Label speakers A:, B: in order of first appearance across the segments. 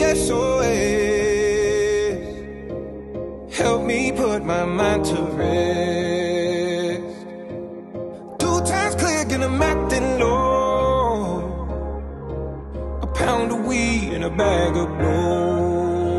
A: SOS. Help me put my mind to rest. 2 times click and I'm acting low. A pound of weed and a bag of blow.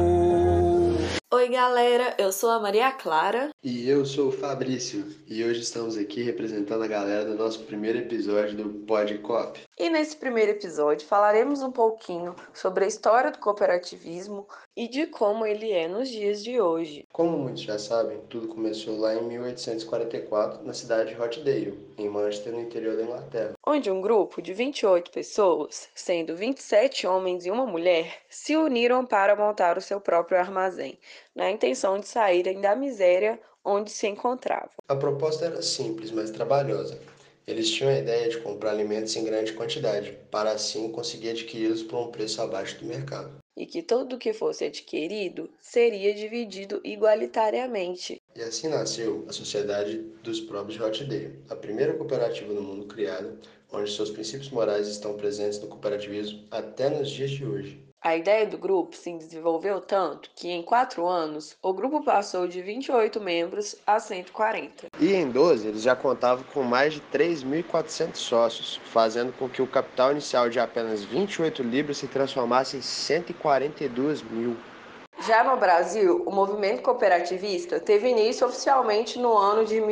B: Oi galera, eu sou a Maria Clara.
C: E eu sou o Fabrício, e hoje estamos aqui representando a galera do nosso primeiro episódio do PodCop.
B: E nesse primeiro episódio falaremos um pouquinho sobre a história do cooperativismo e de como ele é nos dias de hoje.
C: Como muitos já sabem, tudo começou lá em 1844, na cidade de Rochdale, em Manchester, no interior da Inglaterra.
B: Onde um grupo de 28 pessoas, sendo 27 homens e uma mulher, se uniram para montar o seu próprio armazém, na intenção de saírem da miséria onde se encontravam.
C: A proposta era simples, mas trabalhosa. Eles tinham a ideia de comprar alimentos em grande quantidade, para assim conseguir adquiri-los por um preço abaixo do mercado.
B: E que tudo o que fosse adquirido seria dividido igualitariamente.
C: E assim nasceu a Sociedade dos Próprios de Rochdale, a primeira cooperativa no mundo criada, onde seus princípios morais estão presentes no cooperativismo até nos dias de hoje.
B: A ideia do grupo se desenvolveu tanto que, em 4 anos, o grupo passou de 28 membros a 140.
C: E em 12, eles já contavam com mais de 3.400 sócios, fazendo com que o capital inicial de apenas 28 libras se transformasse em 142 mil.
B: Já no Brasil, o movimento cooperativista teve início oficialmente no ano de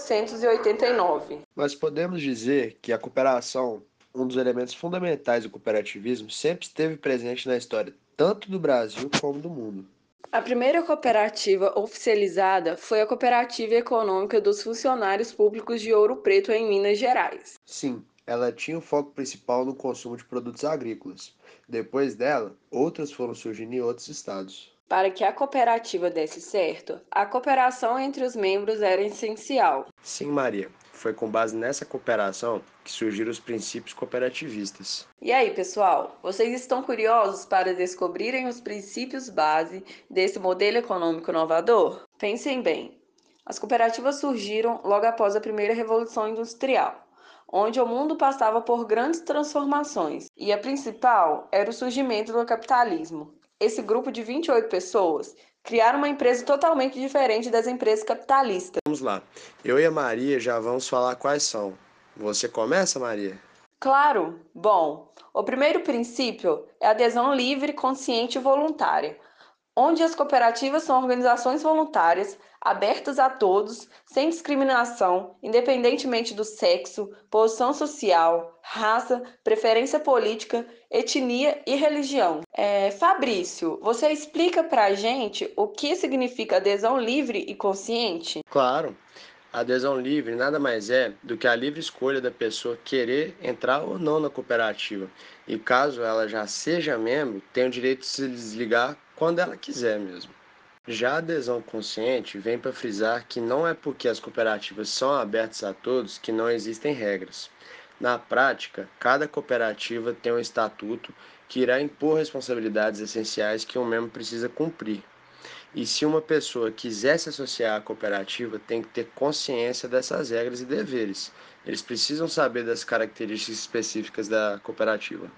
B: 1889.
C: Mas podemos dizer que a cooperação, um dos elementos fundamentais do cooperativismo, sempre esteve presente na história, tanto do Brasil como do mundo.
B: A primeira cooperativa oficializada foi a Cooperativa Econômica dos Funcionários Públicos de Ouro Preto, em Minas Gerais.
C: Sim, ela tinha o foco principal no consumo de produtos agrícolas. Depois dela, outras foram surgindo em outros estados.
B: Para que a cooperativa desse certo, a cooperação entre os membros era essencial.
C: Sim, Maria, foi com base nessa cooperação que surgiram os princípios cooperativistas.
B: E aí, pessoal, vocês estão curiosos para descobrirem os princípios base desse modelo econômico inovador? Pensem bem. As cooperativas surgiram logo após a primeira Revolução Industrial, onde o mundo passava por grandes transformações, e a principal era o surgimento do capitalismo. Esse grupo de 28 pessoas criaram uma empresa totalmente diferente das empresas capitalistas.
C: Vamos lá, eu e a Maria já vamos falar quais são. Você começa, Maria?
B: Claro! Bom, o primeiro princípio é a adesão livre, consciente e voluntária, onde as cooperativas são organizações voluntárias, abertas a todos, sem discriminação, independentemente do sexo, posição social, raça, preferência política, etnia e religião. Fabrício, você explica pra gente o que significa adesão livre e consciente?
C: Claro. A adesão livre nada mais é do que a livre escolha da pessoa querer entrar ou não na cooperativa. E caso ela já seja membro, tem o direito de se desligar quando ela quiser mesmo. Já a adesão consciente vem para frisar que não é porque as cooperativas são abertas a todos que não existem regras. Na prática, cada cooperativa tem um estatuto que irá impor responsabilidades essenciais que um membro precisa cumprir. E se uma pessoa quiser se associar à cooperativa, tem que ter consciência dessas regras e deveres. Eles precisam saber das características específicas da cooperativa.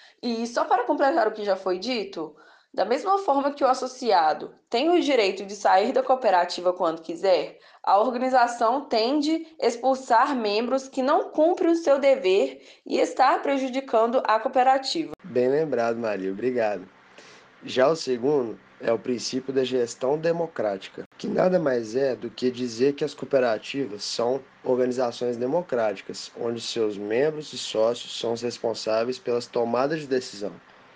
B: E só para completar o que já foi dito, da mesma forma que o associado tem o direito de sair da cooperativa quando quiser, a organização tem de expulsar membros que não cumprem o seu dever e estar prejudicando a cooperativa.
C: Bem lembrado, Maria, obrigado. Já o segundo é o princípio da gestão democrática, que nada mais é do que dizer que as cooperativas são organizações democráticas, onde seus membros e sócios são os responsáveis pelas tomadas de decisão.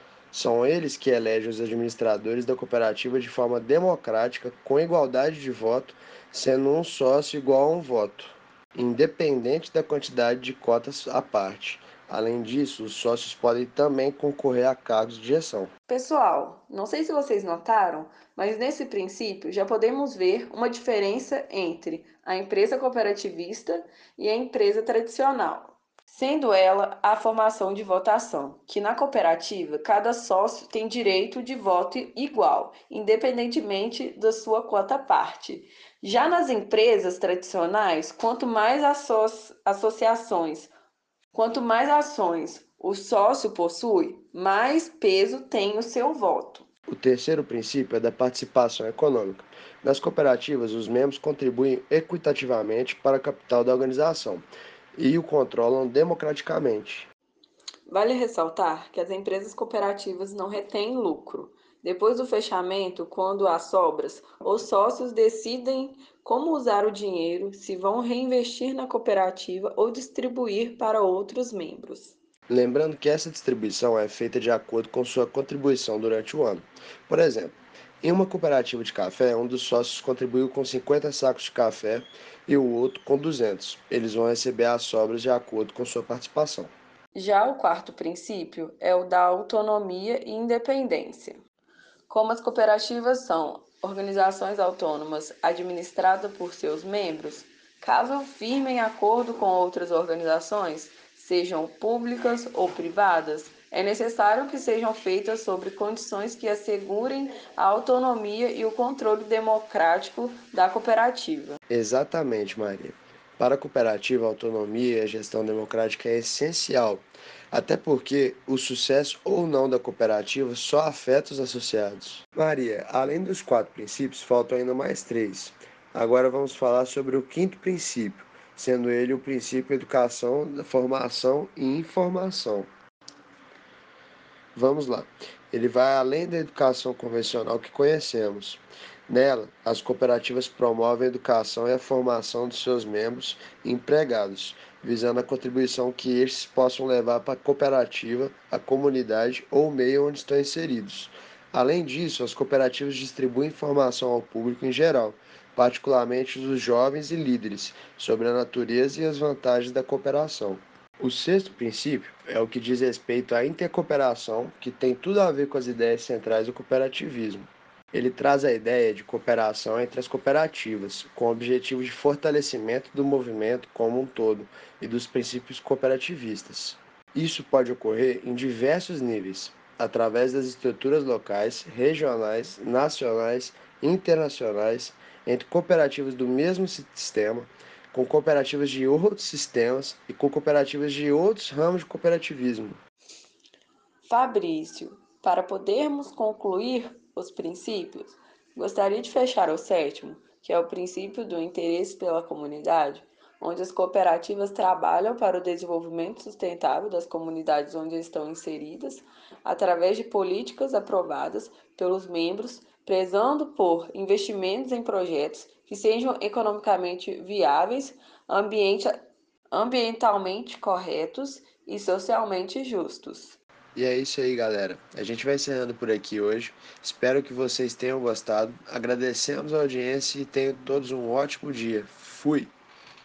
C: São eles que elegem os administradores da cooperativa de forma democrática, com igualdade de voto, sendo um sócio igual a um voto, independente da quantidade de cotas à parte. Além disso, os sócios podem também concorrer a cargos de gestão.
B: Pessoal, não sei se vocês notaram, mas nesse princípio já podemos ver uma diferença entre a empresa cooperativista e a empresa tradicional, sendo ela a formação de votação, que na cooperativa cada sócio tem direito de voto igual, independentemente da sua quota parte. Já nas empresas tradicionais, quanto mais ações o sócio possui, mais peso tem o seu voto.
C: O terceiro princípio é da participação econômica. Nas cooperativas, os membros contribuem equitativamente para o capital da organização e o controlam democraticamente.
B: Vale ressaltar que as empresas cooperativas não retêm lucro. Depois do fechamento, quando há sobras, os sócios decidem como usar o dinheiro, se vão reinvestir na cooperativa ou distribuir para outros membros.
C: Lembrando que essa distribuição é feita de acordo com sua contribuição durante o ano. Por exemplo, em uma cooperativa de café, um dos sócios contribuiu com 50 sacos de café e o outro com 200. Eles vão receber as sobras de acordo com sua participação.
B: Já o quarto princípio é o da autonomia e independência. Como as cooperativas são organizações autônomas administradas por seus membros, caso firmem acordo com outras organizações, sejam públicas ou privadas, é necessário que sejam feitas sobre condições que assegurem a autonomia e o controle democrático da cooperativa.
C: Exatamente, Maria. Para a cooperativa, a autonomia e a gestão democrática é essencial, até porque o sucesso ou não da cooperativa só afeta os associados. Maria, além dos quatro princípios, faltam ainda mais três. Agora vamos falar sobre o quinto princípio, sendo ele o princípio educação, da formação e informação. Vamos lá. Ele vai além da educação convencional que conhecemos. Nela, as cooperativas promovem a educação e a formação dos seus membros e empregados, visando a contribuição que estes possam levar para a cooperativa, a comunidade ou o meio onde estão inseridos. Além disso, as cooperativas distribuem informação ao público em geral, particularmente dos jovens e líderes, sobre a natureza e as vantagens da cooperação. O sexto princípio é o que diz respeito à intercooperação, que tem tudo a ver com as ideias centrais do cooperativismo. Ele traz a ideia de cooperação entre as cooperativas, com o objetivo de fortalecimento do movimento como um todo e dos princípios cooperativistas. Isso pode ocorrer em diversos níveis, através das estruturas locais, regionais, nacionais, internacionais, entre cooperativas do mesmo sistema, com cooperativas de outros sistemas e com cooperativas de outros ramos de cooperativismo.
B: Fabrício, para podermos concluir os princípios, gostaria de fechar o sétimo, que é o princípio do interesse pela comunidade, onde as cooperativas trabalham para o desenvolvimento sustentável das comunidades onde estão inseridas, através de políticas aprovadas pelos membros, prezando por investimentos em projetos que sejam economicamente viáveis, ambientalmente corretos e socialmente justos.
C: E é isso aí, galera. A gente vai encerrando por aqui hoje. Espero que vocês tenham gostado. Agradecemos a audiência e tenham todos um ótimo dia. Fui!